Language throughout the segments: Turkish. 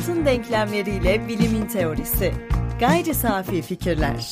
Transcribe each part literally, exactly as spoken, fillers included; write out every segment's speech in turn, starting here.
Hayatın denklemleriyle bilimin teorisi. Gayri safi fikirler.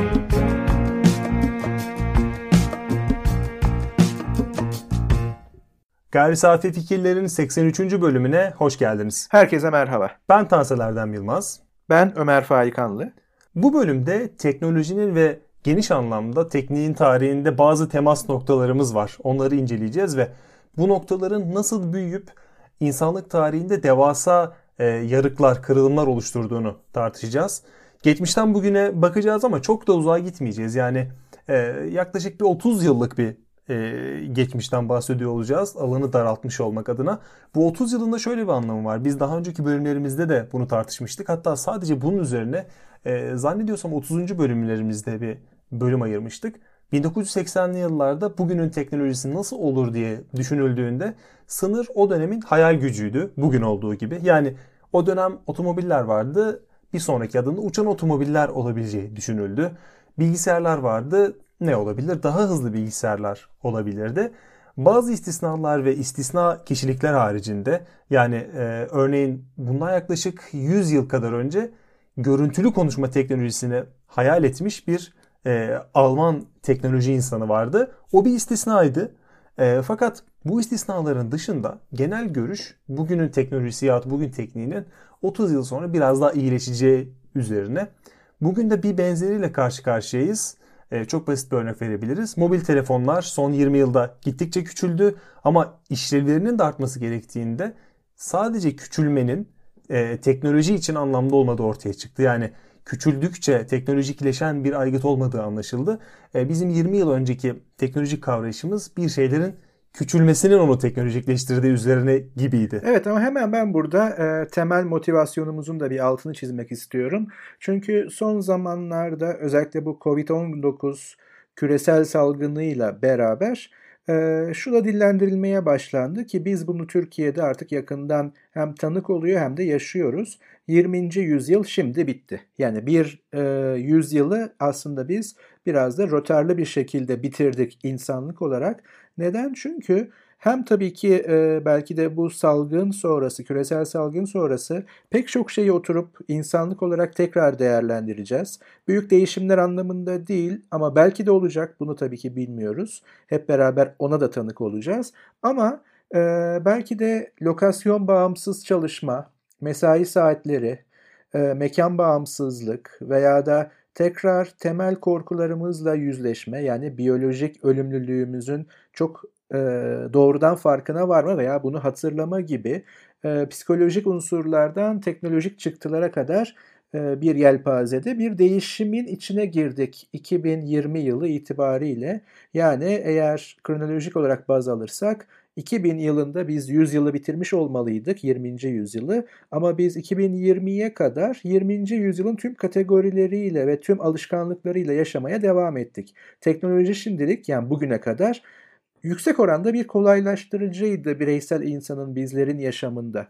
Gayri safi fikirlerin seksen üçüncü bölümüne hoş geldiniz. Herkese merhaba. Ben Tansel Erdem Yılmaz. Ben Ömer Faikanlı. Bu bölümde teknolojinin ve geniş anlamda tekniğin tarihinde bazı temas noktalarımız var. Onları inceleyeceğiz ve bu noktaların nasıl büyüyüp insanlık tarihinde devasa e, yarıklar, kırılımlar oluşturduğunu tartışacağız. Geçmişten bugüne bakacağız ama çok da uzağa gitmeyeceğiz. Yani e, yaklaşık bir otuz yıllık bir e, geçmişten bahsediyor olacağız. Alanı daraltmış olmak adına. Bu otuz yılında şöyle bir anlamı var. Biz daha önceki bölümlerimizde de bunu tartışmıştık. Hatta sadece bunun üzerine e, zannediyorsam otuzuncu bölümlerimizde bir bölüm ayırmıştık. bin dokuz yüz seksenli yıllarda bugünün teknolojisi nasıl olur diye düşünüldüğünde sınır o dönemin hayal gücüydü. Bugün olduğu gibi. Yani o dönem otomobiller vardı. Bir sonraki adımda uçan otomobiller olabileceği düşünüldü. Bilgisayarlar vardı. Ne olabilir? Daha hızlı bilgisayarlar olabilirdi. Bazı istisnalar ve istisna kişilikler haricinde yani e, örneğin bundan yaklaşık yüz yıl kadar önce görüntülü konuşma teknolojisini hayal etmiş bir e, Alman teknoloji insanı vardı. O bir istisnaydı. E, fakat bu istisnaların dışında genel görüş bugünün teknolojisi ya da bugün tekniğinin otuz yıl sonra biraz daha iyileşeceği üzerine. Bugün de bir benzeriyle karşı karşıyayız. Ee, çok basit bir örnek verebiliriz. Mobil telefonlar son yirmi yılda gittikçe küçüldü ama işlevlerinin de artması gerektiğinde sadece küçülmenin e, teknoloji için anlamlı olmadığı ortaya çıktı. Yani küçüldükçe teknolojikleşen bir aygıt olmadığı anlaşıldı. E, bizim yirmi yıl önceki teknolojik kavrayışımız bir şeylerin küçülmesinin onu teknolojikleştirdiği üzerine gibiydi. Evet ama hemen ben burada e, temel motivasyonumuzun da bir altını çizmek istiyorum. Çünkü son zamanlarda özellikle bu kovid on dokuz küresel salgınıyla beraber e, şu da dillendirilmeye başlandı ki biz bunu Türkiye'de artık yakından hem tanık oluyor hem de yaşıyoruz. yirminci yüzyıl şimdi bitti. Yani bir e, yüzyılı aslında biz biraz da rötarlı bir şekilde bitirdik insanlık olarak. Neden? Çünkü hem tabii ki e, belki de bu salgın sonrası, küresel salgın sonrası pek çok şeyi oturup insanlık olarak tekrar değerlendireceğiz. Büyük değişimler anlamında değil ama belki de olacak. Bunu tabii ki bilmiyoruz. Hep beraber ona da tanık olacağız. Ama e, belki de lokasyon bağımsız çalışma, mesai saatleri, e, mekan bağımsızlık veya da tekrar temel korkularımızla yüzleşme yani biyolojik ölümlülüğümüzün çok e, doğrudan farkına varma veya bunu hatırlama gibi e, psikolojik unsurlardan teknolojik çıktılara kadar e, bir yelpazede bir değişimin içine girdik iki bin yirmi yılı itibariyle. Yani eğer kronolojik olarak baz alırsak iki bin yılında biz yüz yılı bitirmiş olmalıydık, yirminci yüzyılı. Ama biz iki bin yirmiye kadar yirminci yüzyılın tüm kategorileriyle ve tüm alışkanlıklarıyla yaşamaya devam ettik. Teknoloji şimdilik yani bugüne kadar yüksek oranda bir kolaylaştırıcıydı bireysel insanın, bizlerin yaşamında.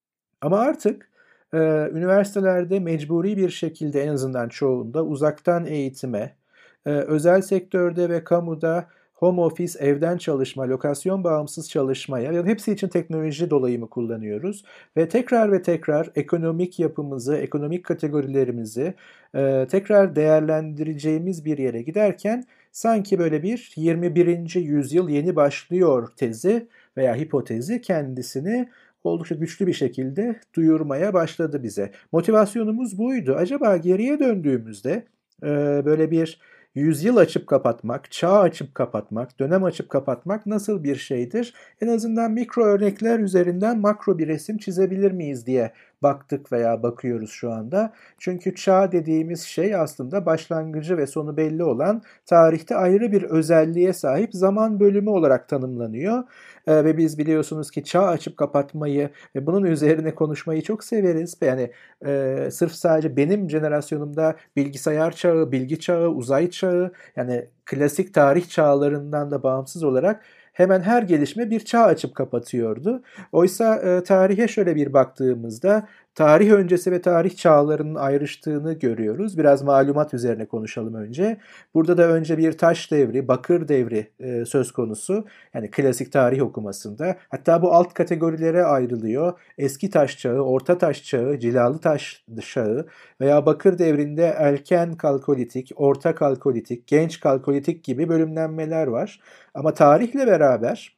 Ama artık e, üniversitelerde mecburi bir şekilde en azından çoğunda uzaktan eğitime, e, özel sektörde ve kamuda home office, evden çalışma, lokasyon bağımsız çalışmaya yani hepsi için teknoloji dolayımı kullanıyoruz. Ve tekrar ve tekrar ekonomik yapımızı, ekonomik kategorilerimizi e, tekrar değerlendireceğimiz bir yere giderken sanki böyle bir yirmi birinci yüzyıl yeni başlıyor tezi veya hipotezi kendisini oldukça güçlü bir şekilde duyurmaya başladı bize. Motivasyonumuz buydu. Acaba geriye döndüğümüzde e, böyle bir yüzyıl açıp kapatmak, çağ açıp kapatmak, dönem açıp kapatmak nasıl bir şeydir? En azından mikro örnekler üzerinden makro bir resim çizebilir miyiz diye baktık veya bakıyoruz şu anda. Çünkü çağ dediğimiz şey aslında başlangıcı ve sonu belli olan tarihte ayrı bir özelliğe sahip zaman bölümü olarak tanımlanıyor. Ee, ve biz biliyorsunuz ki çağ açıp kapatmayı ve bunun üzerine konuşmayı çok severiz. Yani e, sırf sadece benim jenerasyonumda bilgisayar çağı, bilgi çağı, uzay çağı yani klasik tarih çağlarından da bağımsız olarak hemen her gelişme bir çağ açıp kapatıyordu. Oysa e, tarihe şöyle bir baktığımızda tarih öncesi ve tarih çağlarının ayrıştığını görüyoruz. Biraz malumat üzerine konuşalım önce. Burada da önce bir taş devri, bakır devri e, söz konusu. Yani klasik tarih okumasında. Hatta bu alt kategorilere ayrılıyor. Eski taş çağı, orta taş çağı, cilalı taş çağı veya bakır devrinde erken kalkolitik, orta kalkolitik, genç kalkolitik gibi bölümlenmeler var. Ama tarihle beraber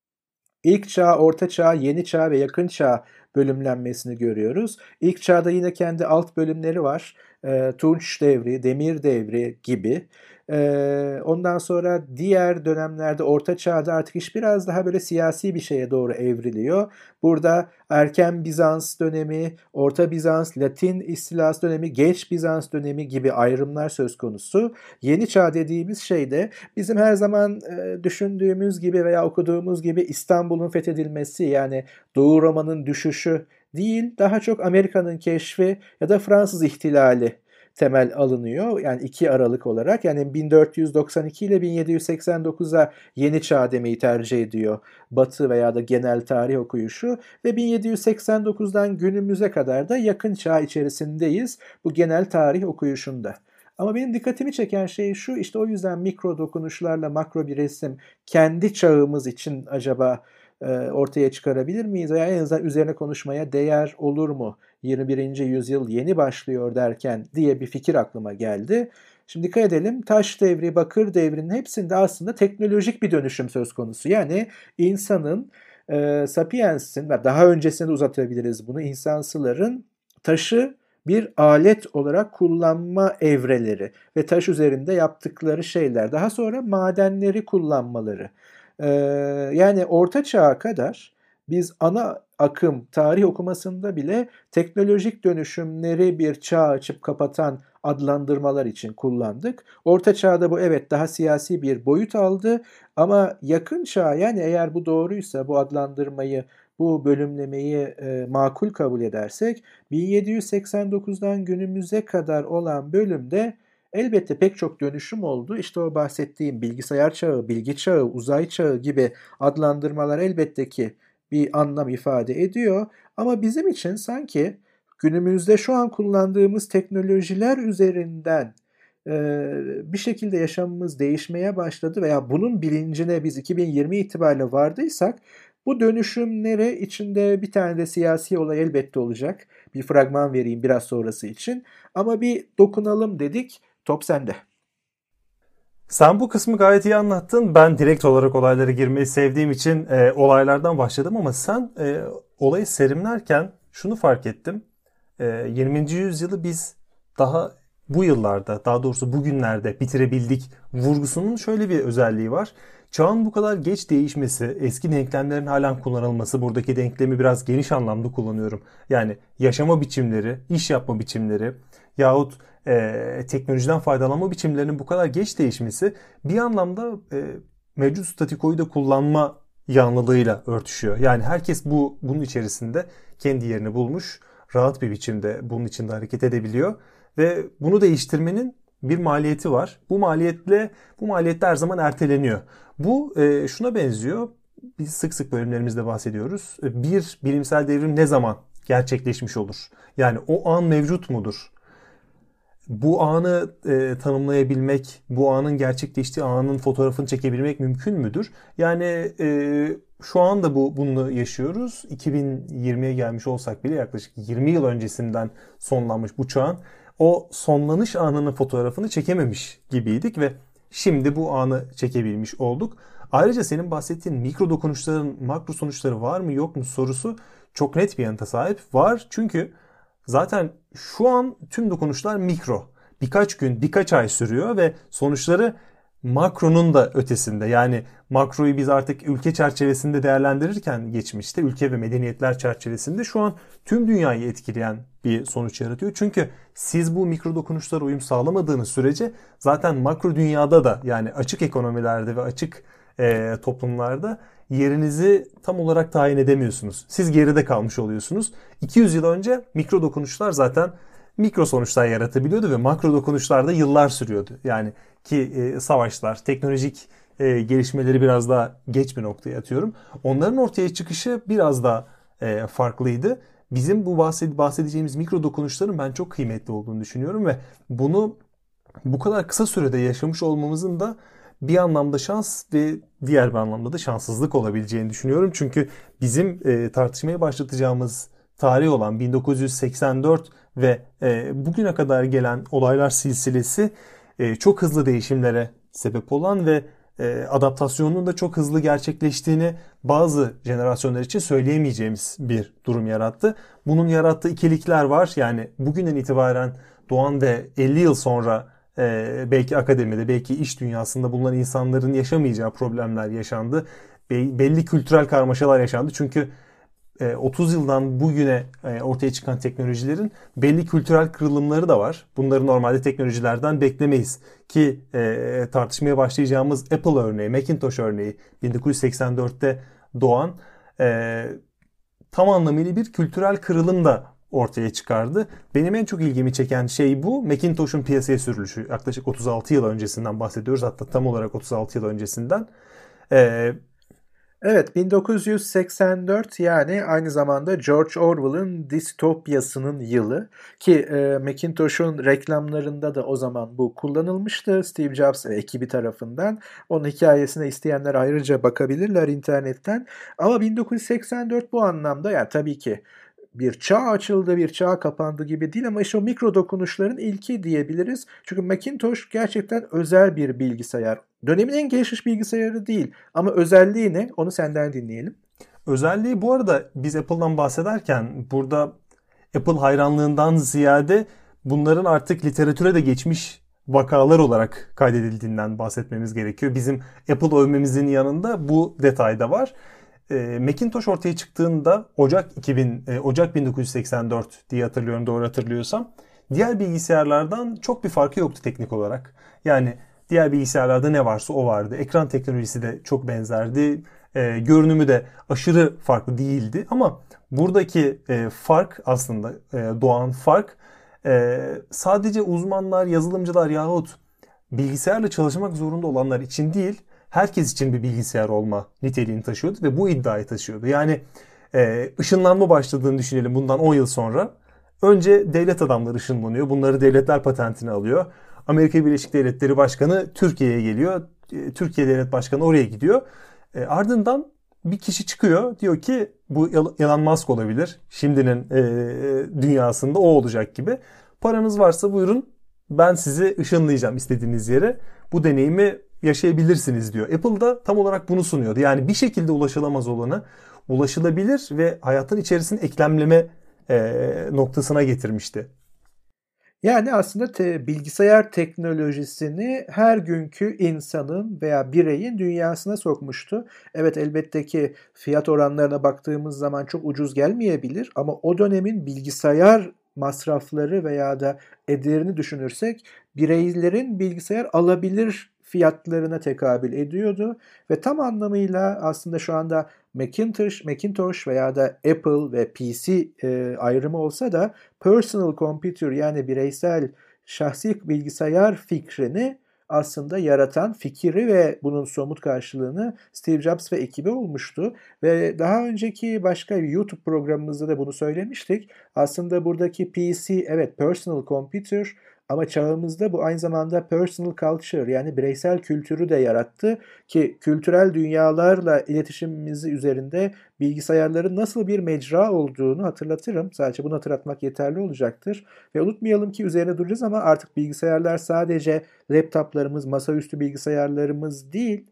İlk çağ, orta çağ, yeni çağ ve yakın çağ bölümlenmesini görüyoruz. İlk çağda yine kendi alt bölümleri var. E, Tunç devri, Demir devri gibi. E, ondan sonra diğer dönemlerde orta çağda artık iş biraz daha böyle siyasi bir şeye doğru evriliyor. Burada erken Bizans dönemi, orta Bizans, Latin istilası dönemi, geç Bizans dönemi gibi ayrımlar söz konusu. Yeni çağ dediğimiz şey de bizim her zaman e, düşündüğümüz gibi veya okuduğumuz gibi İstanbul'un fethedilmesi, yani Doğu Roma'nın düşüşü değil, daha çok Amerika'nın keşfi ya da Fransız ihtilali temel alınıyor. Yani iki Aralık olarak, yani bin dört yüz doksan iki ile bin yedi yüz seksen dokuza yeni çağ demeyi tercih ediyor Batı veya da genel tarih okuyuşu ve bin yedi yüz seksen dokuzdan günümüze kadar da yakın çağ içerisindeyiz bu genel tarih okuyuşunda. Ama benim dikkatimi çeken şey şu, işte o yüzden mikro dokunuşlarla makro bir resim kendi çağımız için acaba ortaya çıkarabilir miyiz veya en azından üzerine konuşmaya değer olur mu? yirmi birinci yüzyıl yeni başlıyor derken diye bir fikir aklıma geldi. Şimdi dikkat edelim, taş devri, bakır devrinin hepsinde aslında teknolojik bir dönüşüm söz konusu. Yani insanın, e, Sapiens'in ve daha öncesinde de uzatabiliriz bunu, insansıların taşı bir alet olarak kullanma evreleri ve taş üzerinde yaptıkları şeyler. Daha sonra madenleri kullanmaları. Yani Orta Çağ'a kadar biz ana akım tarih okumasında bile teknolojik dönüşümleri bir çağ açıp kapatan adlandırmalar için kullandık. Orta Çağ'da bu evet daha siyasi bir boyut aldı ama yakın çağ, yani eğer bu doğruysa, bu adlandırmayı, bu bölümlemeyi e, makul kabul edersek bin yedi yüz seksen dokuzdan günümüze kadar olan bölümde elbette pek çok dönüşüm oldu. İşte o bahsettiğim bilgisayar çağı, bilgi çağı, uzay çağı gibi adlandırmalar elbette ki bir anlam ifade ediyor. Ama bizim için sanki günümüzde şu an kullandığımız teknolojiler üzerinden e, bir şekilde yaşamımız değişmeye başladı veya bunun bilincine biz iki bin yirmi itibariyle vardıysak, bu dönüşümlere içinde bir tane de siyasi olay elbette olacak. Bir fragman vereyim biraz sonrası için. Ama bir dokunalım dedik. Top sende. Sen bu kısmı gayet iyi anlattın. Ben direkt olarak olaylara girmeyi sevdiğim için e, olaylardan başladım ama sen e, olayı serimlerken şunu fark ettim. E, yirminci yüzyılı biz daha bu yıllarda, daha doğrusu bugünlerde bitirebildik vurgusunun şöyle bir özelliği var. Çağın bu kadar geç değişmesi, eski denklemlerin halen kullanılması, buradaki denklemi biraz geniş anlamda kullanıyorum. Yani yaşama biçimleri, iş yapma biçimleri yahut e, teknolojiden faydalanma biçimlerinin bu kadar geç değişmesi bir anlamda e, mevcut statikoyu da kullanma yanlılığıyla örtüşüyor. Yani herkes bu bunun içerisinde kendi yerini bulmuş, rahat bir biçimde bunun içinde hareket edebiliyor ve bunu değiştirmenin bir maliyeti var. Bu maliyetle bu maliyet de her zaman erteleniyor. Bu e, şuna benziyor. Biz sık sık bölümlerimizde bahsediyoruz. Bir bilimsel devrim ne zaman gerçekleşmiş olur? Yani o an mevcut mudur? Bu anı e, tanımlayabilmek, bu anın gerçekleştiği anın fotoğrafını çekebilmek mümkün müdür? Yani e, şu anda bu bunu yaşıyoruz. iki bin yirmiye gelmiş olsak bile yaklaşık yirmi yıl öncesinden sonlanmış bu çağın o sonlanış anının fotoğrafını çekememiş gibiydik ve şimdi bu anı çekebilmiş olduk. Ayrıca senin bahsettiğin mikro dokunuşların makro sonuçları var mı yok mu sorusu çok net bir yanıta sahip. Var, çünkü zaten şu an tüm dokunuşlar mikro. Birkaç gün, birkaç ay sürüyor ve sonuçları makronun da ötesinde. Yani makroyu biz artık ülke çerçevesinde değerlendirirken geçmişte, ülke ve medeniyetler çerçevesinde şu an tüm dünyayı etkileyen bir sonuç yaratıyor. Çünkü siz bu mikro dokunuşlara uyum sağlamadığınız sürece zaten makro dünyada da, yani açık ekonomilerde ve açık e, toplumlarda yerinizi tam olarak tayin edemiyorsunuz. Siz geride kalmış oluyorsunuz. iki yüz yıl önce mikro dokunuşlar zaten mikro sonuçlar yaratabiliyordu ve makro dokunuşlar da yıllar sürüyordu. Yani ki e, savaşlar, teknolojik e, gelişmeleri biraz daha geç bir noktaya atıyorum. Onların ortaya çıkışı biraz daha e, farklıydı. Bizim bu bahsed- bahsedeceğimiz mikro dokunuşların ben çok kıymetli olduğunu düşünüyorum ve bunu bu kadar kısa sürede yaşamış olmamızın da bir anlamda şans ve diğer bir anlamda da şanssızlık olabileceğini düşünüyorum. Çünkü bizim e, tartışmaya başlatacağımız tarih olan bin dokuz yüz seksen dört ve e, bugüne kadar gelen olaylar silsilesi e, çok hızlı değişimlere sebep olan ve e, adaptasyonun da çok hızlı gerçekleştiğini bazı jenerasyonlar için söyleyemeyeceğimiz bir durum yarattı. Bunun yarattığı ikilikler var. Yani bugünden itibaren doğan ve elli yıl sonra e, belki akademide, belki iş dünyasında bulunan insanların yaşamayacağı problemler yaşandı. Be- belli kültürel karmaşalar yaşandı. Çünkü otuz yıldan bugüne ortaya çıkan teknolojilerin belli kültürel kırılımları da var. Bunları normalde teknolojilerden beklemeyiz. Ki e, tartışmaya başlayacağımız Apple örneği, Macintosh örneği bin dokuz yüz seksen dörtte doğan e, tam anlamıyla bir kültürel kırılım da ortaya çıkardı. Benim en çok ilgimi çeken şey bu. Macintosh'un piyasaya sürülüşü. Yaklaşık otuz altı yıl öncesinden bahsediyoruz. Hatta tam olarak otuz altı yıl öncesinden. E, Evet, bin dokuz yüz seksen dört yani aynı zamanda George Orwell'ın distopyasının yılı ki e, Macintosh'un reklamlarında da o zaman bu kullanılmıştı Steve Jobs ve ekibi tarafından. Onun hikayesine isteyenler ayrıca bakabilirler internetten. Ama bin dokuz yüz seksen dört bu anlamda yani tabii ki bir çağ açıldı, bir çağ kapandı gibi değil ama işte o mikro dokunuşların ilki diyebiliriz. Çünkü Macintosh gerçekten özel bir bilgisayar. Dönemin en gelişmiş bilgisayarı değil ama özelliği ne? Onu senden dinleyelim. Özelliği bu arada biz Apple'dan bahsederken burada Apple hayranlığından ziyade bunların artık literatüre de geçmiş vakalar olarak kaydedildiğinden bahsetmemiz gerekiyor. Bizim Apple övmemizin yanında bu detay da var. Macintosh ortaya çıktığında Ocak iki bin Ocak bin dokuz yüz seksen dört diye hatırlıyorum, doğru hatırlıyorsam. Diğer bilgisayarlardan çok bir farkı yoktu teknik olarak. Yani diğer bilgisayarlarda ne varsa o vardı. Ekran teknolojisi de çok benzerdi. E, görünümü de aşırı farklı değildi. Ama buradaki e, fark aslında e, doğan fark e, sadece uzmanlar, yazılımcılar yahut bilgisayarla çalışmak zorunda olanlar için değil, herkes için bir bilgisayar olma niteliğini taşıyordu ve bu iddiayı taşıyordu. Yani e, ışınlanma başladığını düşünelim bundan on yıl sonra. Önce devlet adamları ışınlanıyor. Bunları devletler patentini alıyor. Amerika Birleşik Devletleri Başkanı Türkiye'ye geliyor. E, Türkiye Devlet Başkanı oraya gidiyor. E, ardından bir kişi çıkıyor. Diyor ki bu Elon Musk olabilir. Şimdinin e, dünyasında o olacak gibi. Paranız varsa buyurun ben sizi ışınlayacağım istediğiniz yere. Bu deneyimi yaşayabilirsiniz diyor. Apple da tam olarak bunu sunuyordu. Yani bir şekilde ulaşılamaz olanı ulaşılabilir ve hayatın içerisine eklemleme e, noktasına getirmişti. Yani aslında te, bilgisayar teknolojisini her günkü insanın veya bireyin dünyasına sokmuştu. Evet, elbette ki fiyat oranlarına baktığımız zaman çok ucuz gelmeyebilir ama o dönemin bilgisayar masrafları veya da ederini düşünürsek bireylerin bilgisayar alabilir fiyatlarına tekabül ediyordu ve tam anlamıyla aslında şu anda Macintosh, Macintosh veya da Apple ve P C e, ayrımı olsa da personal computer yani bireysel şahsi bilgisayar fikrini aslında yaratan fikri ve bunun somut karşılığını Steve Jobs ve ekibi olmuştu. Ve daha önceki başka YouTube programımızda da bunu söylemiştik. Aslında buradaki P C evet personal computer ama çağımızda bu aynı zamanda personal culture yani bireysel kültürü de yarattı ki kültürel dünyalarla iletişimimizi üzerinde bilgisayarların nasıl bir mecra olduğunu hatırlatırım. Sadece bunu hatırlatmak yeterli olacaktır. Ve unutmayalım ki üzerine duracağız ama artık bilgisayarlar sadece laptoplarımız, masaüstü bilgisayarlarımız değil.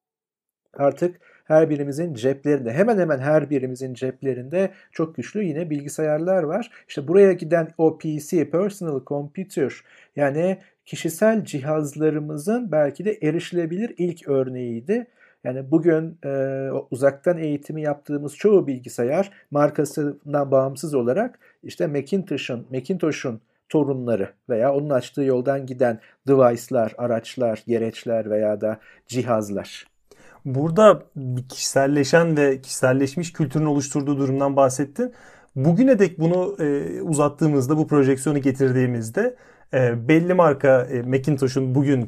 Artık her birimizin ceplerinde, hemen hemen her birimizin ceplerinde çok güçlü yine bilgisayarlar var. İşte buraya giden o P C, personal computer yani kişisel cihazlarımızın belki de erişilebilir ilk örneğiydi. Yani bugün e, uzaktan eğitimi yaptığımız çoğu bilgisayar markasından bağımsız olarak işte Macintosh'un, Macintosh'un torunları veya onun açtığı yoldan giden device'lar, araçlar, gereçler veya da cihazlar. Burada bir kişiselleşen ve kişiselleşmiş kültürün oluşturduğu durumdan bahsettin. Bugüne dek bunu e, uzattığımızda, bu projeksiyonu getirdiğimizde e, belli marka e, Macintosh'un bugünkü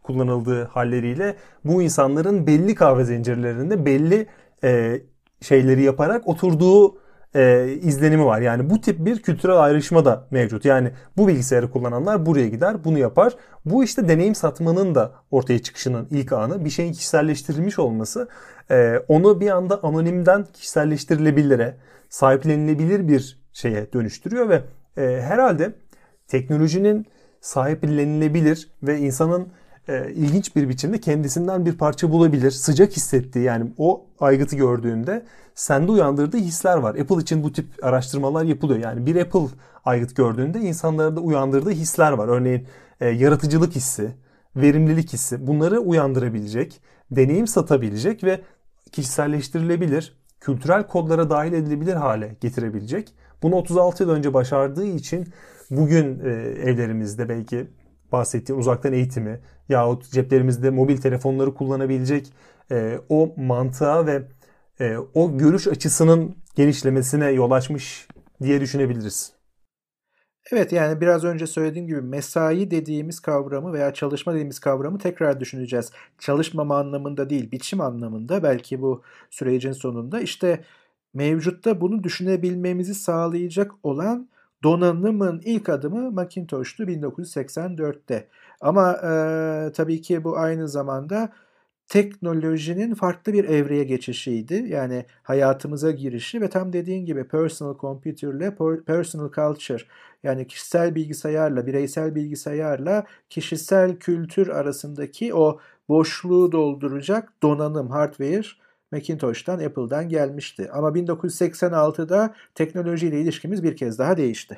kullanıldığı halleriyle bu insanların belli kahve zincirlerinde belli e, şeyleri yaparak oturduğu e, izlenimi var. Yani bu tip bir kültürel ayrışma da mevcut. Yani bu bilgisayarı kullananlar buraya gider, bunu yapar. Bu işte deneyim satmanın da ortaya çıkışının ilk anı. Bir şeyin kişiselleştirilmiş olması e, onu bir anda anonimden kişiselleştirilebilire, sahiplenilebilir bir şeye dönüştürüyor ve e, herhalde teknolojinin sahiplenilebilir ve insanın e, ilginç bir biçimde kendisinden bir parça bulabilir, sıcak hissettiği, yani o aygıtı gördüğünde sende uyandırdığı hisler var. Apple için bu tip araştırmalar yapılıyor. Yani bir Apple aygıt gördüğünde insanlarda uyandırdığı hisler var. Örneğin e, yaratıcılık hissi, verimlilik hissi, bunları uyandırabilecek, deneyim satabilecek ve kişiselleştirilebilir, kültürel kodlara dahil edilebilir hale getirebilecek. Bunu otuz altı yıl önce başardığı için bugün e, evlerimizde belki bahsettiğim uzaktan eğitimi yahut ceplerimizde mobil telefonları kullanabilecek e, o mantığa ve e, o görüş açısının genişlemesine yol açmış diye düşünebiliriz. Evet, yani biraz önce söylediğim gibi mesai dediğimiz kavramı veya çalışma dediğimiz kavramı tekrar düşüneceğiz. Çalışmama anlamında değil, biçim anlamında belki bu sürecin sonunda. İşte mevcutta bunu düşünebilmemizi sağlayacak olan donanımın ilk adımı Macintosh'tu bin dokuz yüz seksen dörtte. Ama e, tabii ki bu aynı zamanda teknolojinin farklı bir evreye geçişiydi. Yani hayatımıza girişi ve tam dediğin gibi personal computer ile personal culture, yani kişisel bilgisayarla, bireysel bilgisayarla kişisel kültür arasındaki o boşluğu dolduracak donanım, hardware Macintosh'tan, Apple'dan gelmişti. Ama bin dokuz yüz seksen altıda teknolojiyle ilişkimiz bir kez daha değişti.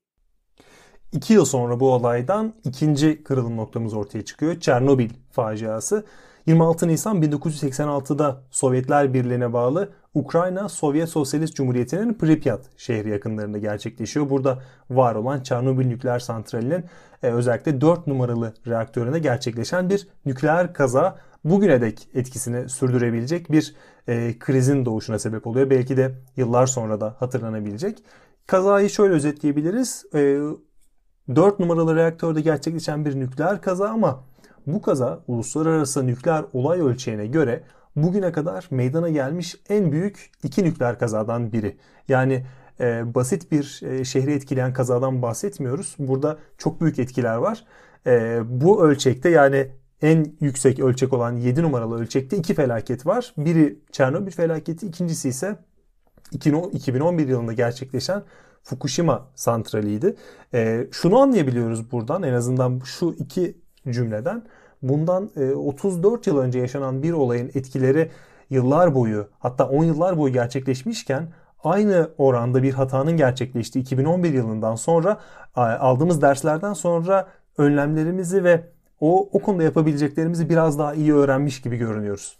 İki yıl sonra bu olaydan ikinci kırılım noktamız ortaya çıkıyor. Çernobil faciası. yirmi altı Nisan bin dokuz yüz seksen altıda Sovyetler Birliği'ne bağlı Ukrayna Sovyet Sosyalist Cumhuriyeti'nin Pripyat şehri yakınlarında gerçekleşiyor. Burada var olan Çernobil nükleer santralinin e, özellikle dört numaralı reaktöründe gerçekleşen bir nükleer kaza bugüne dek etkisini sürdürebilecek bir e, krizin doğuşuna sebep oluyor. Belki de yıllar sonra da hatırlanabilecek. Kazayı şöyle özetleyebiliriz. E, dört numaralı reaktörde gerçekleşen bir nükleer kaza ama bu kaza uluslararası nükleer olay ölçeğine göre bugüne kadar meydana gelmiş en büyük iki nükleer kazadan biri. Yani e, basit bir e, şehri etkileyen kazadan bahsetmiyoruz. Burada çok büyük etkiler var. E, bu ölçekte, yani en yüksek ölçek olan yedi numaralı ölçekte iki felaket var. Biri Çernobil felaketi, ikincisi ise iki bin on bir yılında gerçekleşen Fukushima santraliydi. E, şunu anlayabiliyoruz buradan, en azından şu iki cümleden. Bundan otuz dört yıl önce yaşanan bir olayın etkileri yıllar boyu, hatta on yıllar boyu gerçekleşmişken aynı oranda bir hatanın gerçekleştiği iki bin on bir yılından sonra aldığımız derslerden sonra önlemlerimizi ve o, o konuda yapabileceklerimizi biraz daha iyi öğrenmiş gibi görünüyoruz.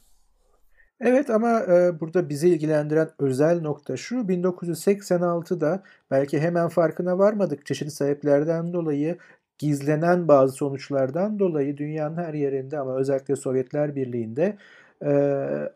Evet, ama e, burada bizi ilgilendiren özel nokta şu: bin dokuz yüz seksen altıda belki hemen farkına varmadık çeşitli sebeplerden dolayı, gizlenen bazı sonuçlardan dolayı dünyanın her yerinde ama özellikle Sovyetler Birliği'nde e,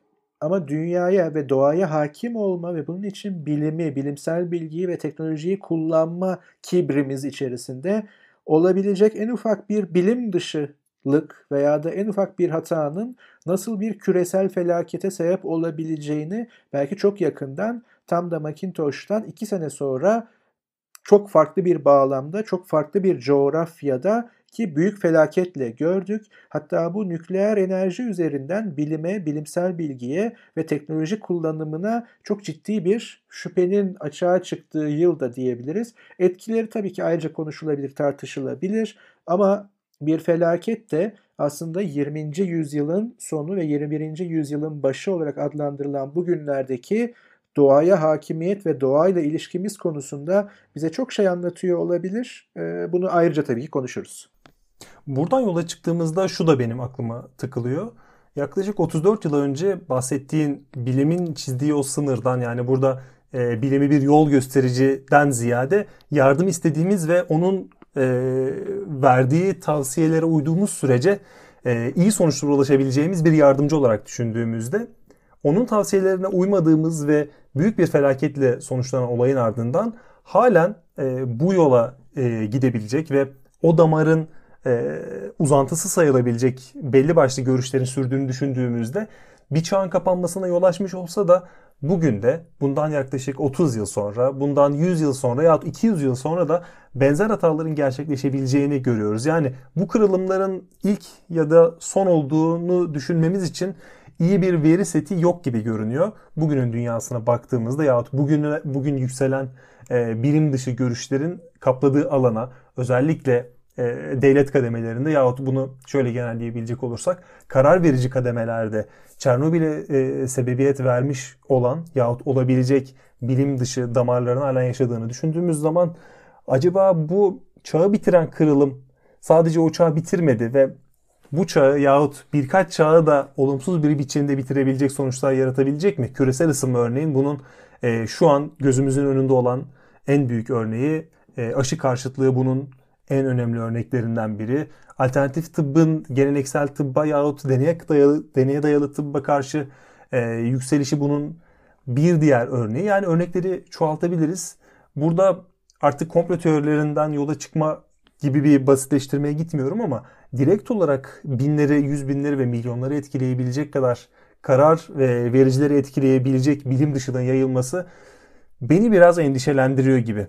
ama dünyaya ve doğaya hakim olma ve bunun için bilimi, bilimsel bilgiyi ve teknolojiyi kullanma kibrimiz içerisinde olabilecek en ufak bir bilim dışılık veya da en ufak bir hatanın nasıl bir küresel felakete sebep olabileceğini belki çok yakından, tam da Macintosh'tan iki sene sonra çok farklı bir bağlamda, çok farklı bir coğrafyada ki büyük felaketle gördük. Hatta bu nükleer enerji üzerinden bilime, bilimsel bilgiye ve teknoloji kullanımına çok ciddi bir şüphenin açığa çıktığı yıl da diyebiliriz. Etkileri tabii ki ayrıca konuşulabilir, tartışılabilir ama bir felaket de aslında yirminci yüzyılın sonu ve yirmi birinci yüzyılın başı olarak adlandırılan bugünlerdeki doğaya hakimiyet ve doğayla ilişkimiz konusunda bize çok şey anlatıyor olabilir. Bunu ayrıca tabii ki konuşuruz. Buradan yola çıktığımızda şu da benim aklıma takılıyor. Yaklaşık otuz dört yıl önce bahsettiğin bilimin çizdiği o sınırdan, yani burada e, bilimi bir yol göstericiden ziyade yardım istediğimiz ve onun e, verdiği tavsiyelere uyduğumuz sürece e, iyi sonuçlara ulaşabileceğimiz bir yardımcı olarak düşündüğümüzde, onun tavsiyelerine uymadığımız ve büyük bir felaketle sonuçlanan olayın ardından halen e, bu yola e, gidebilecek ve o damarın e, uzantısı sayılabilecek belli başlı görüşlerin sürdüğünü düşündüğümüzde bir çağın kapanmasına yol açmış olsa da bugün de bundan yaklaşık otuz yıl sonra, bundan yüz yıl sonra yahut iki yüz yıl sonra da benzer hataların gerçekleşebileceğini görüyoruz. Yani bu kırılımların ilk ya da son olduğunu düşünmemiz için iyi bir veri seti yok gibi görünüyor. Bugünün dünyasına baktığımızda yahut bugün, bugün yükselen e, bilim dışı görüşlerin kapladığı alana, özellikle e, devlet kademelerinde yahut bunu şöyle genelleyebilecek olursak karar verici kademelerde Çernobil'e e, sebebiyet vermiş olan yahut olabilecek bilim dışı damarların hala yaşadığını düşündüğümüz zaman acaba bu çağı bitiren kırılım sadece o çağı bitirmedi ve bu çağı yahut birkaç çağı da olumsuz bir biçimde bitirebilecek sonuçlar yaratabilecek mi? Küresel ısınma örneğin bunun e, şu an gözümüzün önünde olan en büyük örneği. E, aşı karşıtlığı bunun en önemli örneklerinden biri. Alternatif tıbbın geleneksel tıbba yahut deneye dayalı, deneye dayalı tıbba karşı e, yükselişi bunun bir diğer örneği. Yani örnekleri çoğaltabiliriz. Burada artık komplo teorilerinden yola çıkma gibi bir basitleştirmeye gitmiyorum ama direkt olarak binleri, yüz binleri ve milyonları etkileyebilecek kadar karar ve vericileri etkileyebilecek bilim dışının yayılması beni biraz endişelendiriyor gibi.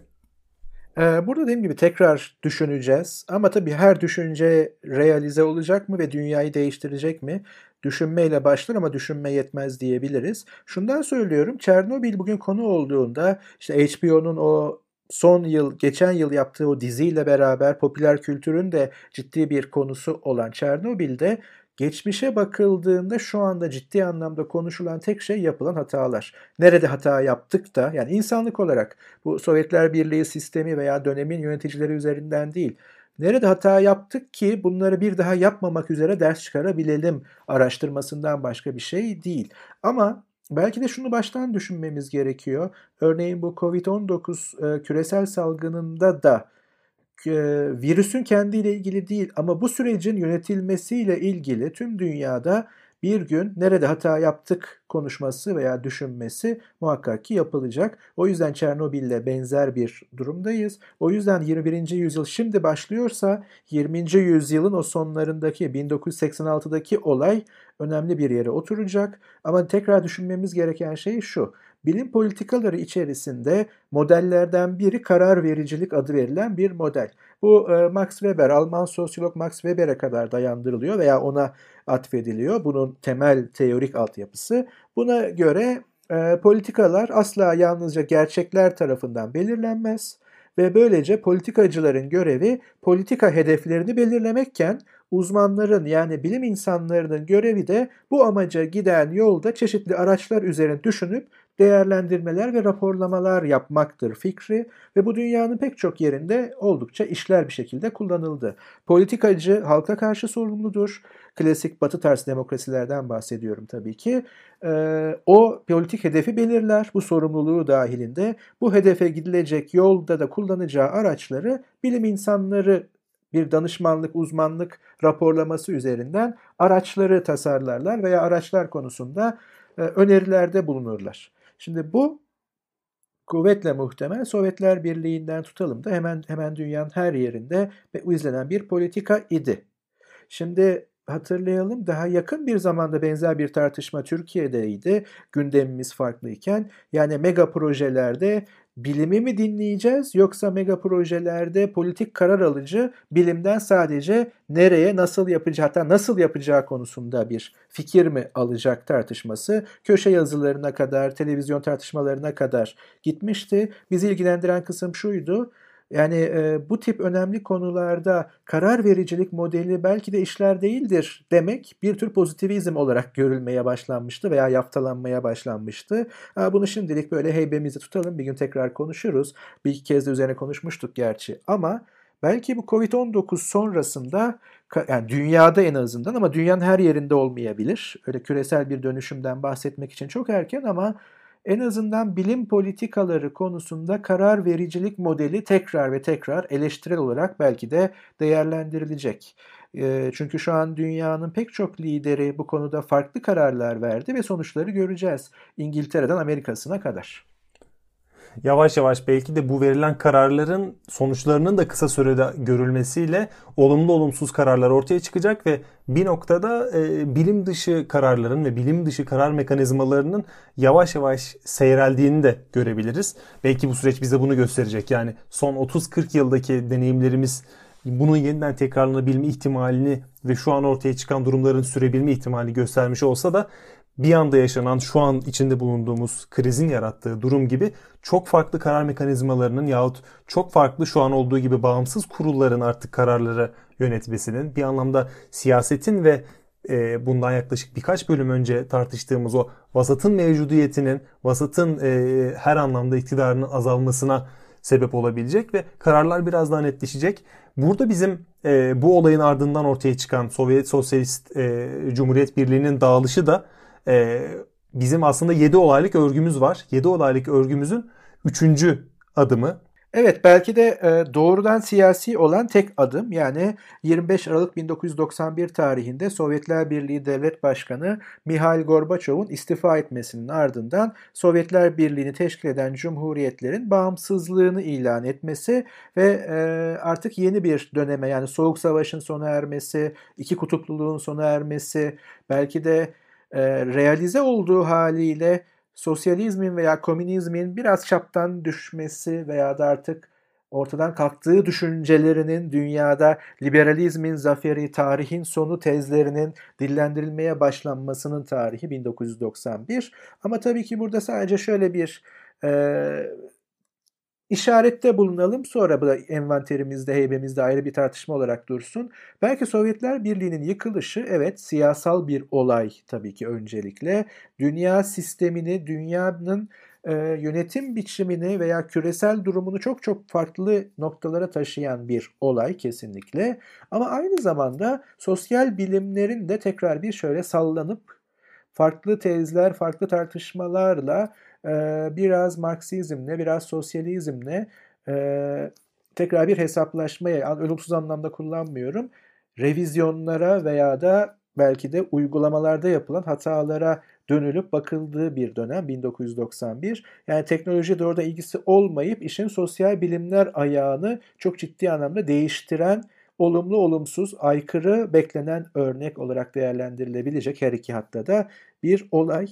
Burada dediğim gibi tekrar düşüneceğiz ama tabii her düşünce realize olacak mı ve dünyayı değiştirecek mi? Düşünmeyle başlar ama düşünme yetmez diyebiliriz. Şundan söylüyorum, Çernobil bugün konu olduğunda işte H B O'nun o son yıl, geçen yıl yaptığı o diziyle beraber popüler kültürün de ciddi bir konusu olan Çernobil'de geçmişe bakıldığında şu anda ciddi anlamda konuşulan tek şey yapılan hatalar. Nerede hata yaptık da, yani insanlık olarak bu Sovyetler Birliği sistemi veya dönemin yöneticileri üzerinden değil, nerede hata yaptık ki bunları bir daha yapmamak üzere ders çıkarabilelim araştırmasından başka bir şey değil. Ama belki de şunu baştan düşünmemiz gerekiyor. Örneğin bu kovid on dokuz e, küresel salgınında da e, virüsün kendiyle ilgili değil ama bu sürecin yönetilmesiyle ilgili tüm dünyada bir gün nerede hata yaptık konuşması veya düşünmesi muhakkak ki yapılacak. O yüzden Çernobil'le benzer bir durumdayız. O yüzden yirmi birinci yüzyıl şimdi başlıyorsa yirminci yüzyılın o sonlarındaki bin dokuz yüz seksen altıdaki olay önemli bir yere oturacak. Ama tekrar düşünmemiz gereken şey şu. Bilim politikaları içerisinde modellerden biri karar vericilik adı verilen bir model. Bu Max Weber, Alman sosyolog Max Weber'e kadar dayandırılıyor veya ona atfediliyor. Bunun temel teorik altyapısı. Buna göre e, politikalar asla yalnızca gerçekler tarafından belirlenmez ve böylece politikacıların görevi politika hedeflerini belirlemekken uzmanların yani bilim insanlarının görevi de bu amaca giden yolda çeşitli araçlar üzerine düşünüp değerlendirmeler ve raporlamalar yapmaktır fikri ve bu dünyanın pek çok yerinde oldukça işler bir şekilde kullanıldı. Politikacı halka karşı sorumludur. Klasik batı tarzı demokrasilerden bahsediyorum tabii ki. Ee, o politik hedefi belirler bu sorumluluğu dahilinde. Bu hedefe gidilecek yolda da kullanacağı araçları bilim insanları bir danışmanlık, uzmanlık raporlaması üzerinden araçları tasarlarlar veya araçlar konusunda e, önerilerde bulunurlar. Şimdi bu kuvvetle muhtemel Sovyetler Birliği'nden tutalım da hemen hemen dünyanın her yerinde izlenen bir politika idi. Şimdi hatırlayalım, daha yakın bir zamanda benzer bir tartışma Türkiye'deydi. Gündemimiz farklıyken. Yani mega projelerde bilimi mi dinleyeceğiz yoksa mega projelerde politik karar alıcı bilimden sadece nereye, nasıl yapacağı, hatta nasıl yapacağı konusunda bir fikir mi alacak tartışması köşe yazılarına kadar, televizyon tartışmalarına kadar gitmişti. Bizi ilgilendiren kısım şuydu. Yani e, bu tip önemli konularda karar vericilik modeli belki de işler değildir demek bir tür pozitivizm olarak görülmeye başlanmıştı veya yaftalanmaya başlanmıştı. Ha, bunu şimdilik böyle heybemizi tutalım, bir gün tekrar konuşuruz. Bir iki kez de üzerine konuşmuştuk gerçi ama belki bu kovid on dokuz sonrasında, yani dünyada en azından ama dünyanın her yerinde olmayabilir. Öyle küresel bir dönüşümden bahsetmek için çok erken ama en azından bilim politikaları konusunda karar vericilik modeli tekrar ve tekrar eleştirel olarak belki de değerlendirilecek. Çünkü şu an dünyanın pek çok lideri bu konuda farklı kararlar verdi ve sonuçları göreceğiz. İngiltere'den Amerika'sına kadar. yavaş yavaş belki de bu verilen kararların sonuçlarının da kısa sürede görülmesiyle olumlu olumsuz kararlar ortaya çıkacak ve bir noktada e, bilim dışı kararların ve bilim dışı karar mekanizmalarının yavaş yavaş seyreldiğini de görebiliriz. Belki bu süreç bize bunu gösterecek. Yani son otuz kırk yıldaki deneyimlerimiz bunun yeniden tekrarlanabilme ihtimalini ve şu an ortaya çıkan durumların sürebilme ihtimalini göstermiş olsa da bir anda yaşanan, şu an içinde bulunduğumuz krizin yarattığı durum gibi çok farklı karar mekanizmalarının yahut çok farklı şu an olduğu gibi bağımsız kurulların artık kararları yönetmesinin, bir anlamda siyasetin ve e, bundan yaklaşık birkaç bölüm önce tartıştığımız o vasatın mevcudiyetinin, vasatın e, her anlamda iktidarının azalmasına sebep olabilecek ve kararlar biraz daha netleşecek. Burada bizim e, bu olayın ardından ortaya çıkan Sovyet Sosyalist e, Cumhuriyet Birliği'nin dağılışı da e, bizim aslında yedi olaylık örgümüz var. yedi olaylık örgümüzün üçüncü adımı. Evet, belki de e, doğrudan siyasi olan tek adım, yani yirmi beş Aralık bin dokuz yüz doksan bir tarihinde Sovyetler Birliği Devlet Başkanı Mihail Gorbaçov'un istifa etmesinin ardından Sovyetler Birliği'ni teşkil eden cumhuriyetlerin bağımsızlığını ilan etmesi ve e, artık yeni bir döneme, yani Soğuk Savaş'ın sona ermesi, iki kutupluluğun sona ermesi, belki de e, realize olduğu haliyle sosyalizmin veya komünizmin biraz çaptan düşmesi veya da artık ortadan kalktığı düşüncelerinin dünyada liberalizmin zaferi, tarihin sonu tezlerinin dillendirilmeye başlanmasının tarihi bin dokuz yüz doksan bir. Ama tabii ki burada sadece şöyle bir e, işarette bulunalım, sonra bu da envanterimizde, heybemizde ayrı bir tartışma olarak dursun. Belki Sovyetler Birliği'nin yıkılışı, evet, siyasal bir olay tabii ki öncelikle. Dünya sistemini, dünyanın e, yönetim biçimini veya küresel durumunu çok çok farklı noktalara taşıyan bir olay kesinlikle. Ama aynı zamanda sosyal bilimlerin de tekrar bir şöyle sallanıp farklı tezler, farklı tartışmalarla biraz Marksizmle, biraz sosyalizmle tekrar bir hesaplaşmaya, ölümsüz anlamda kullanmıyorum, revizyonlara veya da belki de uygulamalarda yapılan hatalara dönülüp bakıldığı bir dönem bin dokuz yüz doksan bir. Yani teknoloji de orada ilgisi olmayıp işin sosyal bilimler ayağını çok ciddi anlamda değiştiren, olumlu olumsuz, aykırı beklenen örnek olarak değerlendirilebilecek her iki hatta da bir olay.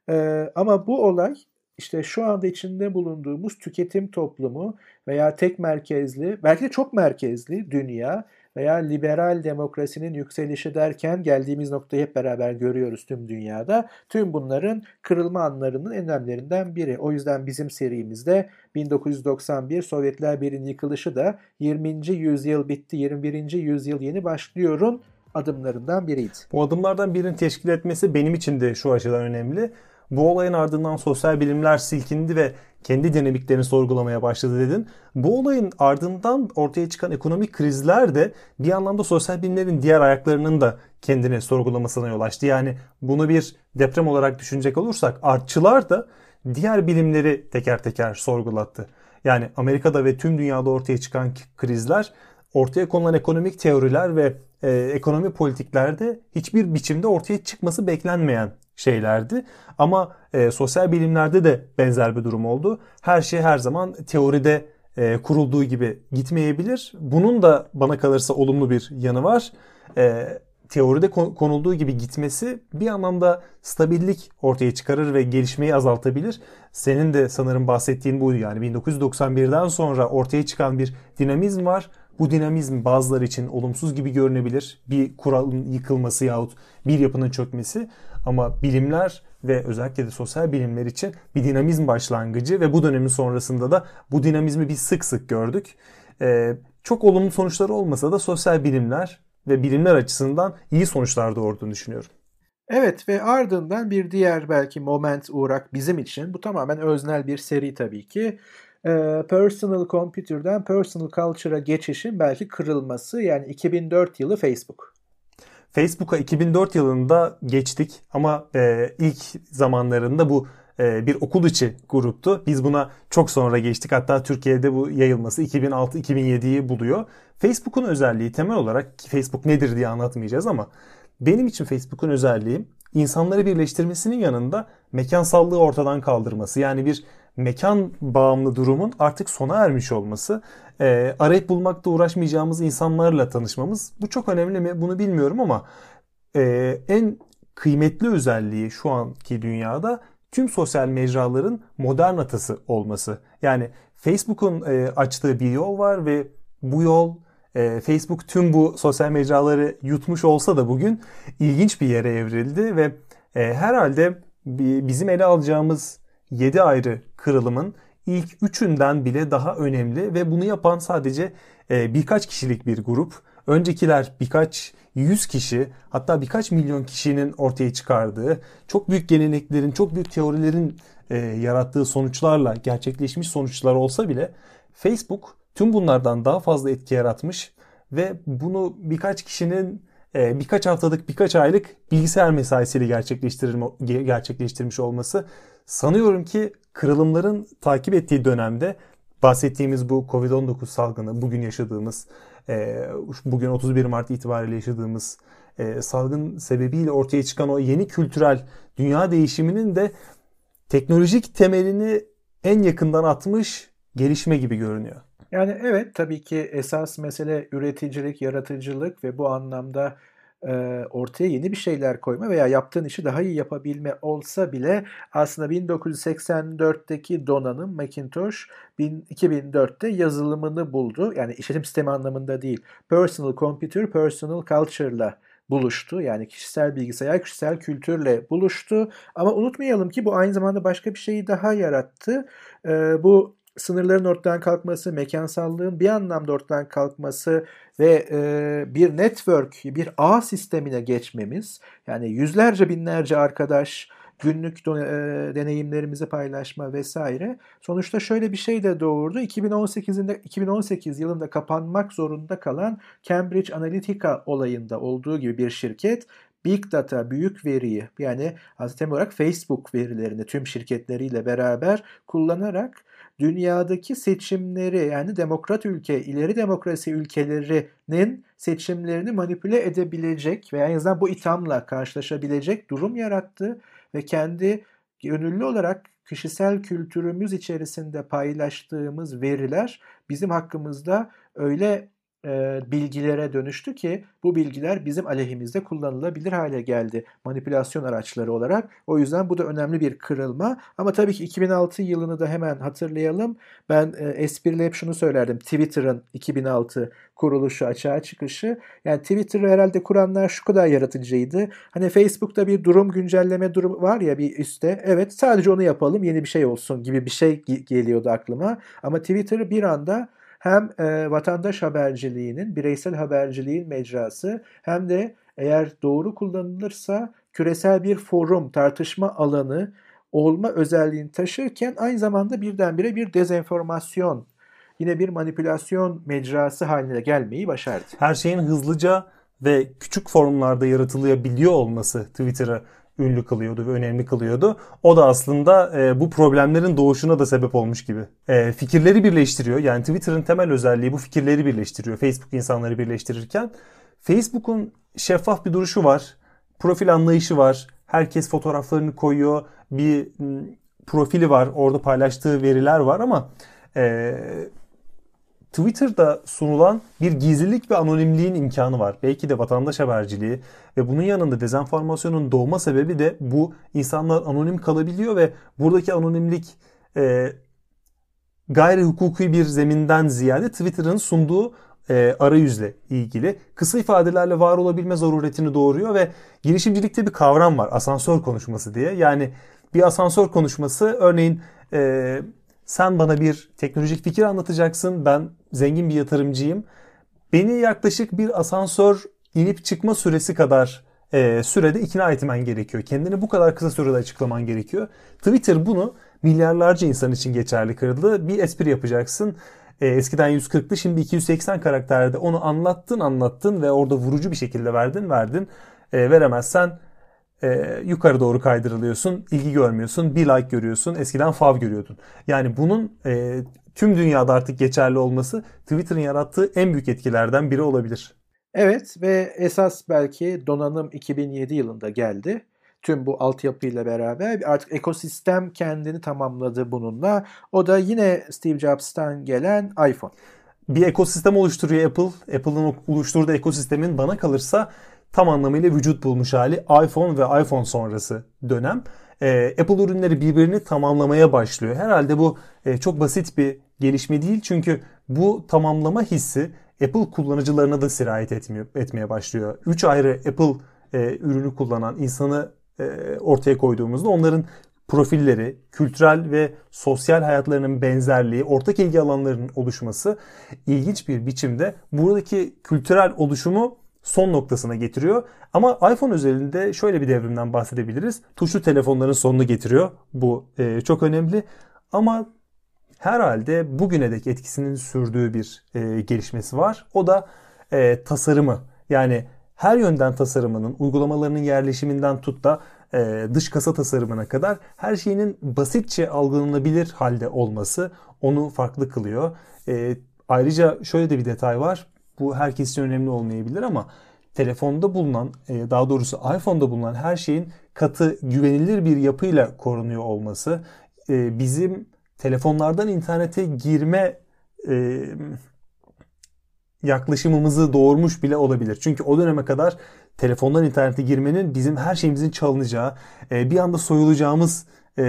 Ama bu olay İşte şu anda içinde bulunduğumuz tüketim toplumu veya tek merkezli, belki de çok merkezli dünya veya liberal demokrasinin yükselişi derken geldiğimiz noktayı hep beraber görüyoruz tüm dünyada. Tüm bunların kırılma anlarının en önemlilerinden biri. O yüzden bizim serimizde bin dokuz yüz doksan bir Sovyetler Birliği'nin yıkılışı da yirminci yüzyıl bitti, yirmi birinci yüzyıl yeni başlıyor'un adımlarından biriydi. Bu adımlardan birini teşkil etmesi benim için de şu açıdan önemli. Bu olayın ardından sosyal bilimler silkindi ve kendi dinamiklerini sorgulamaya başladı dedin. Bu olayın ardından ortaya çıkan ekonomik krizler de bir anlamda sosyal bilimlerin diğer ayaklarının da kendini sorgulamasına yol açtı. Yani bunu bir deprem olarak düşünecek olursak artçılar da diğer bilimleri teker teker sorgulattı. Yani Amerika'da ve tüm dünyada ortaya çıkan krizler, ortaya konulan ekonomik teoriler ve e, ekonomi politiklerde hiçbir biçimde ortaya çıkması beklenmeyen şeylerdi. Ama e, sosyal bilimlerde de benzer bir durum oldu. Her şey her zaman teoride e, kurulduğu gibi gitmeyebilir. Bunun da bana kalırsa olumlu bir yanı var. E, teoride konulduğu gibi gitmesi bir anlamda stabillik ortaya çıkarır ve gelişmeyi azaltabilir. Senin de sanırım bahsettiğin buydu. Yani bin dokuz yüz doksan birden sonra ortaya çıkan bir dinamizm var. Bu dinamizm bazıları için olumsuz gibi görünebilir. Bir kuralın yıkılması yahut bir yapının çökmesi. Ama bilimler ve özellikle de sosyal bilimler için bir dinamizm başlangıcı ve bu dönemin sonrasında da bu dinamizmi biz sık sık gördük. Ee, çok olumlu sonuçları olmasa da sosyal bilimler ve bilimler açısından iyi sonuçlar doğurduğunu düşünüyorum. Evet ve ardından bir diğer belki moment uğrak bizim için, bu tamamen öznel bir seri tabii ki. Personal Computer'dan Personal Culture'a geçişin belki kırılması, yani iki bin dört yılı Facebook. Facebook'a iki bin dört yılında geçtik ama e, ilk zamanlarında bu e, bir okul içi gruptu. Biz buna çok sonra geçtik. Hatta Türkiye'de bu yayılması iki bin altı iki bin yediyi buluyor. Facebook'un özelliği temel olarak, ki Facebook nedir diye anlatmayacağız ama benim için Facebook'un özelliği insanları birleştirmesinin yanında mekansallığı ortadan kaldırması. Yani bir mekan bağımlı durumun artık sona ermiş olması, e, arayıp bulmakta uğraşmayacağımız insanlarla tanışmamız. Bu çok önemli mi? Bunu bilmiyorum ama e, en kıymetli özelliği şu anki dünyada tüm sosyal mecraların modern atası olması. Yani Facebook'un e, açtığı bir yol var ve bu yol e, Facebook tüm bu sosyal mecraları yutmuş olsa da bugün ilginç bir yere evrildi ve e, herhalde bizim ele alacağımız yedi ayrı kırılımın ilk üçünden bile daha önemli ve bunu yapan sadece e, birkaç kişilik bir grup. Öncekiler birkaç yüz kişi, hatta birkaç milyon kişinin ortaya çıkardığı, çok büyük geleneklerin, çok büyük teorilerin e, yarattığı sonuçlarla gerçekleşmiş sonuçlar olsa bile Facebook tüm bunlardan daha fazla etki yaratmış ve bunu birkaç kişinin e, birkaç haftalık, birkaç aylık bilgisayar mesaisiyle gerçekleştirmiş olması, sanıyorum ki kırılımların takip ettiği dönemde bahsettiğimiz bu kovid on dokuz salgını, bugün yaşadığımız, bugün otuz bir Mart itibariyle yaşadığımız salgın sebebiyle ortaya çıkan o yeni kültürel dünya değişiminin de teknolojik temelini en yakından atmış gelişme gibi görünüyor. Yani evet, tabii ki esas mesele üreticilik, yaratıcılık ve bu anlamda e, ortaya yeni bir şeyler koyma veya yaptığın işi daha iyi yapabilme olsa bile aslında bin dokuz yüz seksen dörtteki donanım Macintosh iki bin dörtte yazılımını buldu. Yani işletim sistemi anlamında değil. Personal Computer, Personal Culture'la buluştu. Yani kişisel bilgisayar, kişisel kültürle buluştu. Ama unutmayalım ki bu aynı zamanda başka bir şeyi daha yarattı. E, bu sınırların ortadan kalkması, mekansallığın bir anlamda ortadan kalkması ve e, bir network, bir ağ sistemine geçmemiz, yani yüzlerce binlerce arkadaş, günlük e, deneyimlerimizi paylaşma vesaire. Sonuçta şöyle bir şey de doğurdu. iki bin on sekizinde iki bin on sekiz yılında kapanmak zorunda kalan Cambridge Analytica olayında olduğu gibi bir şirket Big Data, büyük veriyi, yani temel olarak Facebook verilerini tüm şirketleriyle beraber kullanarak dünyadaki seçimleri, yani demokrat ülke, ileri demokrasi ülkelerinin seçimlerini manipüle edebilecek veya en azından bu ithamla karşılaşabilecek durum yarattı ve kendi gönüllü olarak kişisel kültürümüz içerisinde paylaştığımız veriler bizim hakkımızda öyle e, bilgilere dönüştü ki bu bilgiler bizim aleyhimizde kullanılabilir hale geldi manipülasyon araçları olarak. O yüzden bu da önemli bir kırılma. Ama tabii ki iki bin altı yılını da hemen hatırlayalım. Ben e, espriyle hep şunu söylerdim. Twitter'ın iki bin altı kuruluşu, açığa çıkışı. Yani Twitter'ı herhalde kuranlar şu kadar yaratıcıydı. Hani Facebook'ta bir durum güncelleme durumu var ya bir üstte. Evet, sadece onu yapalım, yeni bir şey olsun gibi bir şey geliyordu aklıma. Ama Twitter'ı bir anda hem e, vatandaş haberciliğinin, bireysel haberciliğin mecrası, hem de eğer doğru kullanılırsa küresel bir forum, tartışma alanı olma özelliğini taşırken aynı zamanda birdenbire bir dezenformasyon, yine bir manipülasyon mecrası haline gelmeyi başardı. Her şeyin hızlıca ve küçük formlarda yaratılabiliyor olması Twitter'ı ünlü kılıyordu ve önemli kılıyordu. O da aslında e, bu problemlerin doğuşuna da sebep olmuş gibi. E, fikirleri birleştiriyor. Yani Twitter'ın temel özelliği bu fikirleri birleştiriyor. Facebook insanları birleştirirken. Facebook'un şeffaf bir duruşu var. Profil anlayışı var. Herkes fotoğraflarını koyuyor. Bir m, profili var. Orada paylaştığı veriler var ama e, Twitter'da sunulan bir gizlilik ve anonimliğin imkanı var. Belki de vatandaş haberciliği ve bunun yanında dezenformasyonun doğma sebebi de bu. İnsanlar anonim kalabiliyor ve buradaki anonimlik e, gayri hukuki bir zeminden ziyade Twitter'ın sunduğu e, arayüzle ilgili kısa ifadelerle var olabilme zaruretini doğuruyor ve girişimcilikte bir kavram var, asansör konuşması diye. Yani bir asansör konuşması, örneğin e, sen bana bir teknolojik fikir anlatacaksın. Ben zengin bir yatırımcıyım. Beni yaklaşık bir asansör inip çıkma süresi kadar e, sürede ikna etmen gerekiyor. Kendini bu kadar kısa sürede açıklaman gerekiyor. Twitter bunu milyarlarca insan için geçerli kıldı. Bir espri yapacaksın. E, eskiden yüz kırktı, şimdi iki yüz seksen karakterde onu anlattın anlattın ve orada vurucu bir şekilde verdin verdin. E, veremezsen Ee, yukarı doğru kaydırılıyorsun, ilgi görmüyorsun, bir like görüyorsun, eskiden fav görüyordun. Yani bunun e, tüm dünyada artık geçerli olması Twitter'ın yarattığı en büyük etkilerden biri olabilir. Evet ve esas belki donanım iki bin yedi yılında geldi. tüm bu altyapıyla beraber. Artık ekosistem kendini tamamladı bununla. O da yine Steve Jobs'tan gelen iPhone. Bir ekosistem oluşturuyor Apple. Apple'ın oluşturduğu ekosistemin bana kalırsa tam anlamıyla vücut bulmuş hali iPhone ve iPhone sonrası dönem. Ee, Apple ürünleri birbirini tamamlamaya başlıyor. Herhalde bu e, çok basit bir gelişme değil. Çünkü bu tamamlama hissi Apple kullanıcılarına da sirayet etmiyor, etmeye başlıyor. Üç ayrı Apple e, ürünü kullanan insanı e, ortaya koyduğumuzda onların profilleri, kültürel ve sosyal hayatlarının benzerliği, ortak ilgi alanlarının oluşması ilginç bir biçimde buradaki kültürel oluşumu son noktasına getiriyor. Ama iPhone özelinde şöyle bir devrimden bahsedebiliriz. Tuşlu telefonların sonunu getiriyor. Bu e, çok önemli. Ama herhalde bugüne dek etkisinin sürdüğü bir e, gelişmesi var. O da e, tasarımı. Yani her yönden tasarımının, uygulamalarının yerleşiminden tut da e, dış kasa tasarımına kadar her şeyinin basitçe algılanabilir halde olması onu farklı kılıyor. E, ayrıca şöyle de bir detay var. Bu herkes için önemli olmayabilir ama telefonda bulunan, e, daha doğrusu iPhone'da bulunan her şeyin katı, güvenilir bir yapıyla korunuyor olması e, bizim telefonlardan internete girme e, yaklaşımımızı doğurmuş bile olabilir. Çünkü o döneme kadar telefondan internete girmenin bizim her şeyimizin çalınacağı, bir anda soyulacağımız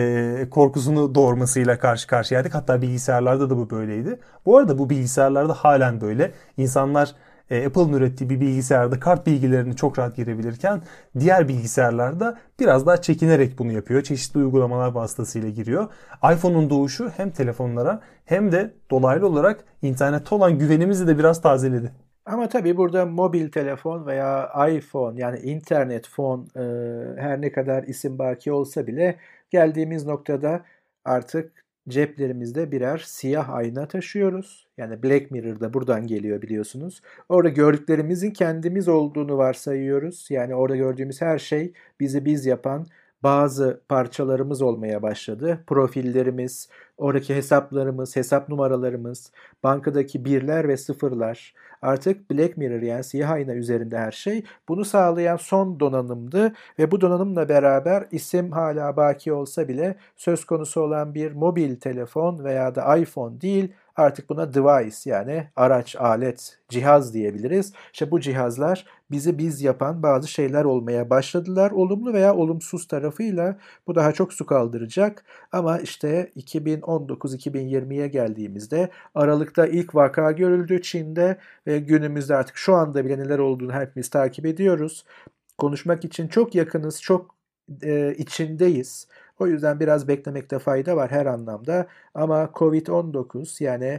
korkusunu doğurmasıyla karşı karşıyaydık. Hatta bilgisayarlarda da bu böyleydi. Bu arada bu bilgisayarlarda halen böyle. İnsanlar Apple'ın ürettiği bir bilgisayarda kart bilgilerini çok rahat girebilirken diğer bilgisayarlarda biraz daha çekinerek bunu yapıyor. Çeşitli uygulamalar vasıtasıyla giriyor. iPhone'un doğuşu hem telefonlara hem de dolaylı olarak internette olan güvenimizi de biraz tazeledi. Ama tabii burada mobil telefon veya iPhone yani internet phone e, her ne kadar isim baki olsa bile geldiğimiz noktada artık ceplerimizde birer siyah ayna taşıyoruz. Yani Black Mirror da buradan geliyor biliyorsunuz. Orada gördüklerimizin kendimiz olduğunu varsayıyoruz. Yani orada gördüğümüz her şey bizi biz yapan bazı parçalarımız olmaya başladı. Profillerimiz, oradaki hesaplarımız, hesap numaralarımız, bankadaki birler ve sıfırlar. Artık Black Mirror yani siyah ayna üzerinde her şey. Bunu sağlayan son donanımdı ve bu donanımla beraber isim hala baki olsa bile söz konusu olan bir mobil telefon veya da iPhone değil, artık buna device yani araç, alet, cihaz diyebiliriz. İşte bu cihazlar bizi biz yapan bazı şeyler olmaya başladılar. Olumlu veya olumsuz tarafıyla bu daha çok su kaldıracak. Ama işte iki bin on dokuz iki bin yirmiye geldiğimizde Aralık'ta ilk vaka görüldü Çin'de ve günümüzde artık şu anda bile neler olduğunu hepimiz takip ediyoruz. Konuşmak için çok yakınız, çok e, içindeyiz. O yüzden biraz beklemekte fayda var her anlamda. Ama kovid on dokuz yani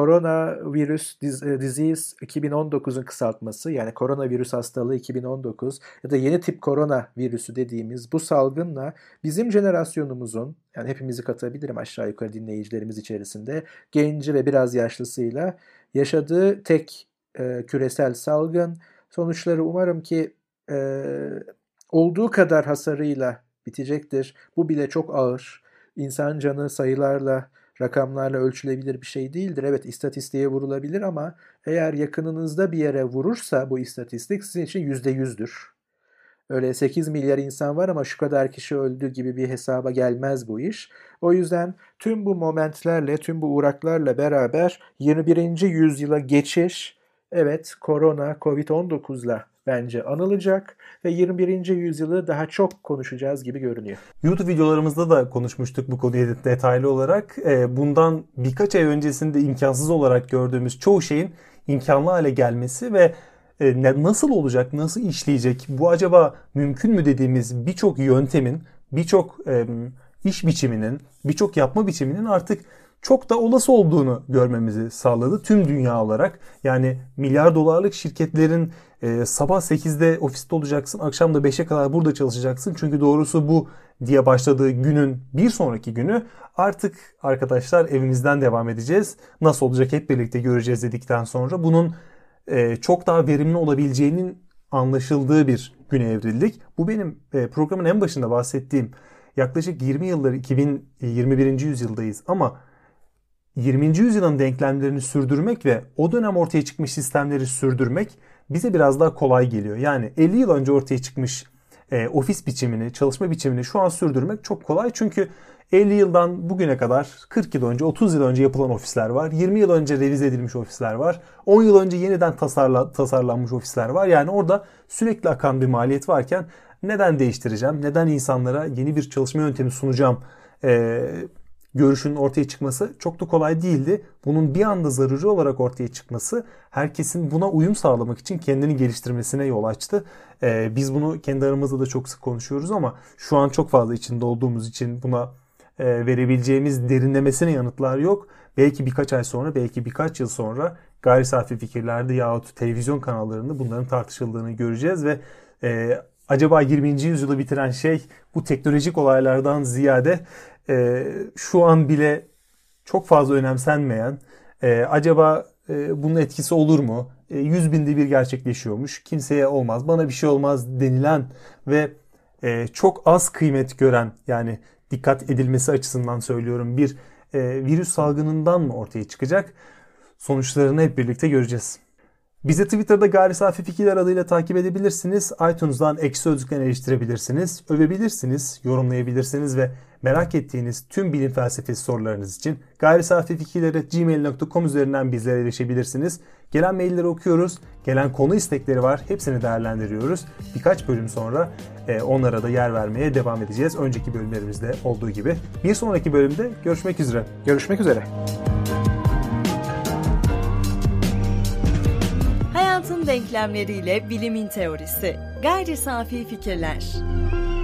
Coronavirus Disease iki bin on dokuzun kısaltması yani koronavirüs hastalığı iki bin on dokuz ya da yeni tip koronavirüsü dediğimiz bu salgınla bizim jenerasyonumuzun yani hepimizi katabilirim aşağı yukarı dinleyicilerimiz içerisinde genci ve biraz yaşlısıyla yaşadığı tek e, küresel salgın sonuçları umarım ki e, olduğu kadar hasarıyla bitecektir. Bu bile çok ağır. İnsan canı sayılarla, rakamlarla ölçülebilir bir şey değildir. Evet istatistiğe vurulabilir ama eğer yakınınızda bir yere vurursa bu istatistik sizin için yüzde yüzdür. Öyle sekiz milyar insan var ama şu kadar kişi öldü gibi bir hesaba gelmez bu iş. O yüzden tüm bu momentlerle, tüm bu uğraklarla beraber yirmi birinci yüzyıla geçiş, evet korona, kovid on dokuzla bence anılacak ve yirmi birinci yüzyılı daha çok konuşacağız gibi görünüyor. YouTube videolarımızda da konuşmuştuk bu konuyu detaylı olarak. Bundan birkaç ay öncesinde imkansız olarak gördüğümüz çoğu şeyin imkanlı hale gelmesi ve nasıl olacak, nasıl işleyecek, bu acaba mümkün mü dediğimiz birçok yöntemin, birçok iş biçiminin, birçok yapma biçiminin artık çok da olası olduğunu görmemizi sağladı tüm dünya olarak. Yani milyar dolarlık şirketlerin e, sabah sekizde ofiste olacaksın, akşam da beşe kadar burada çalışacaksın. Çünkü doğrusu bu diye başladığı günün bir sonraki günü artık arkadaşlar evimizden devam edeceğiz. Nasıl olacak hep birlikte göreceğiz dedikten sonra bunun e, çok daha verimli olabileceğinin anlaşıldığı bir güne evrildik. Bu benim e, programın en başında bahsettiğim yaklaşık yirmi yıldır iki bin yirmi birinci yüzyıldayız ama yirminci yüzyılın denklemlerini sürdürmek ve o dönem ortaya çıkmış sistemleri sürdürmek bize biraz daha kolay geliyor. Yani elli yıl önce ortaya çıkmış e, ofis biçimini, çalışma biçimini şu an sürdürmek çok kolay. Çünkü elli yıldan bugüne kadar kırk yıl önce, otuz yıl önce yapılan ofisler var. yirmi yıl önce revize edilmiş ofisler var. on yıl önce yeniden tasarla, tasarlanmış ofisler var. Yani orada sürekli akan bir maliyet varken neden değiştireceğim? Neden insanlara yeni bir çalışma yöntemi sunacağım? Ee, görüşünün ortaya çıkması çok da kolay değildi. Bunun bir anda zaruri olarak ortaya çıkması herkesin buna uyum sağlamak için kendini geliştirmesine yol açtı. Ee, biz bunu kendi aramızda da çok sık konuşuyoruz ama şu an çok fazla içinde olduğumuz için buna e, verebileceğimiz derinlemesine yanıtlar yok. Belki birkaç ay sonra, belki birkaç yıl sonra gayri safi fikirlerde yahut televizyon kanallarında bunların tartışıldığını göreceğiz ve e, acaba yirminci yüzyılı bitiren şey bu teknolojik olaylardan ziyade e, şu an bile çok fazla önemsenmeyen, e, acaba e, bunun etkisi olur mu? E, yüz binde bir gerçekleşiyormuş, kimseye olmaz, bana bir şey olmaz denilen ve e, çok az kıymet gören, yani dikkat edilmesi açısından söylüyorum, bir e, virüs salgınından mı ortaya çıkacak? Sonuçlarını hep birlikte göreceğiz. Bizi Twitter'da Gayri Safi Fikirler adıyla takip edebilirsiniz. iTunes'dan Ekşi Sözlük'ten eleştirebilirsiniz, övebilirsiniz, yorumlayabilirsiniz ve merak ettiğiniz tüm bilim felsefesi sorularınız için gayrisafifikirleri at gmail nokta com üzerinden bizlere erişebilirsiniz. Gelen mailleri okuyoruz, gelen konu istekleri var, hepsini değerlendiriyoruz. Birkaç bölüm sonra e, onlara da yer vermeye devam edeceğiz. Önceki bölümlerimizde olduğu gibi. Bir sonraki bölümde görüşmek üzere. Görüşmek üzere. Hayatın denklemleriyle bilimin teorisi. Gayri safi fikirler.